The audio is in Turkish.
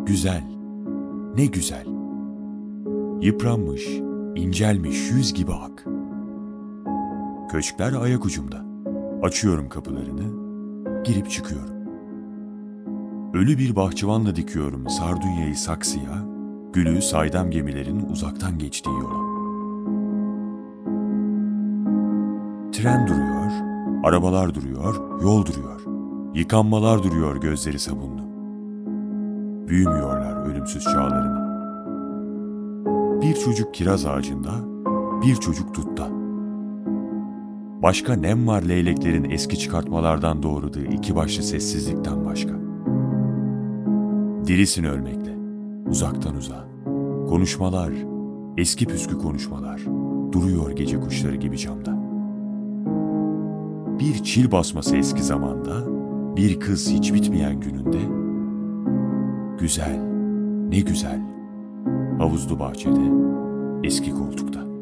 Güzel, ne güzel. Yıpranmış, incelmiş yüz gibi ak. Köşkler ayak ucumda. Açıyorum kapılarını, girip çıkıyorum. Ölü bir bahçıvanla dikiyorum sardunyayı saksıya, gülü saydam gemilerin uzaktan geçtiği yola. Tren duruyor, arabalar duruyor, yol duruyor. Yıkanmalar duruyor gözleri sabunlu. Büyümüyorlar ölümsüz çağlarına. Bir çocuk kiraz ağacında, bir çocuk dutta. Başka nem var leyleklerin eski çıkartmalardan doğurduğu iki başlı sessizlikten başka. Dirisin ölmekle, uzaktan uzağa. Konuşmalar, eski püskü konuşmalar, duruyor gece kuşları gibi camda. Bir çil basması eski zamanda, bir kız hiç bitmeyen gününde. Güzel, ne güzel, havuzlu bahçede, eski koltukta.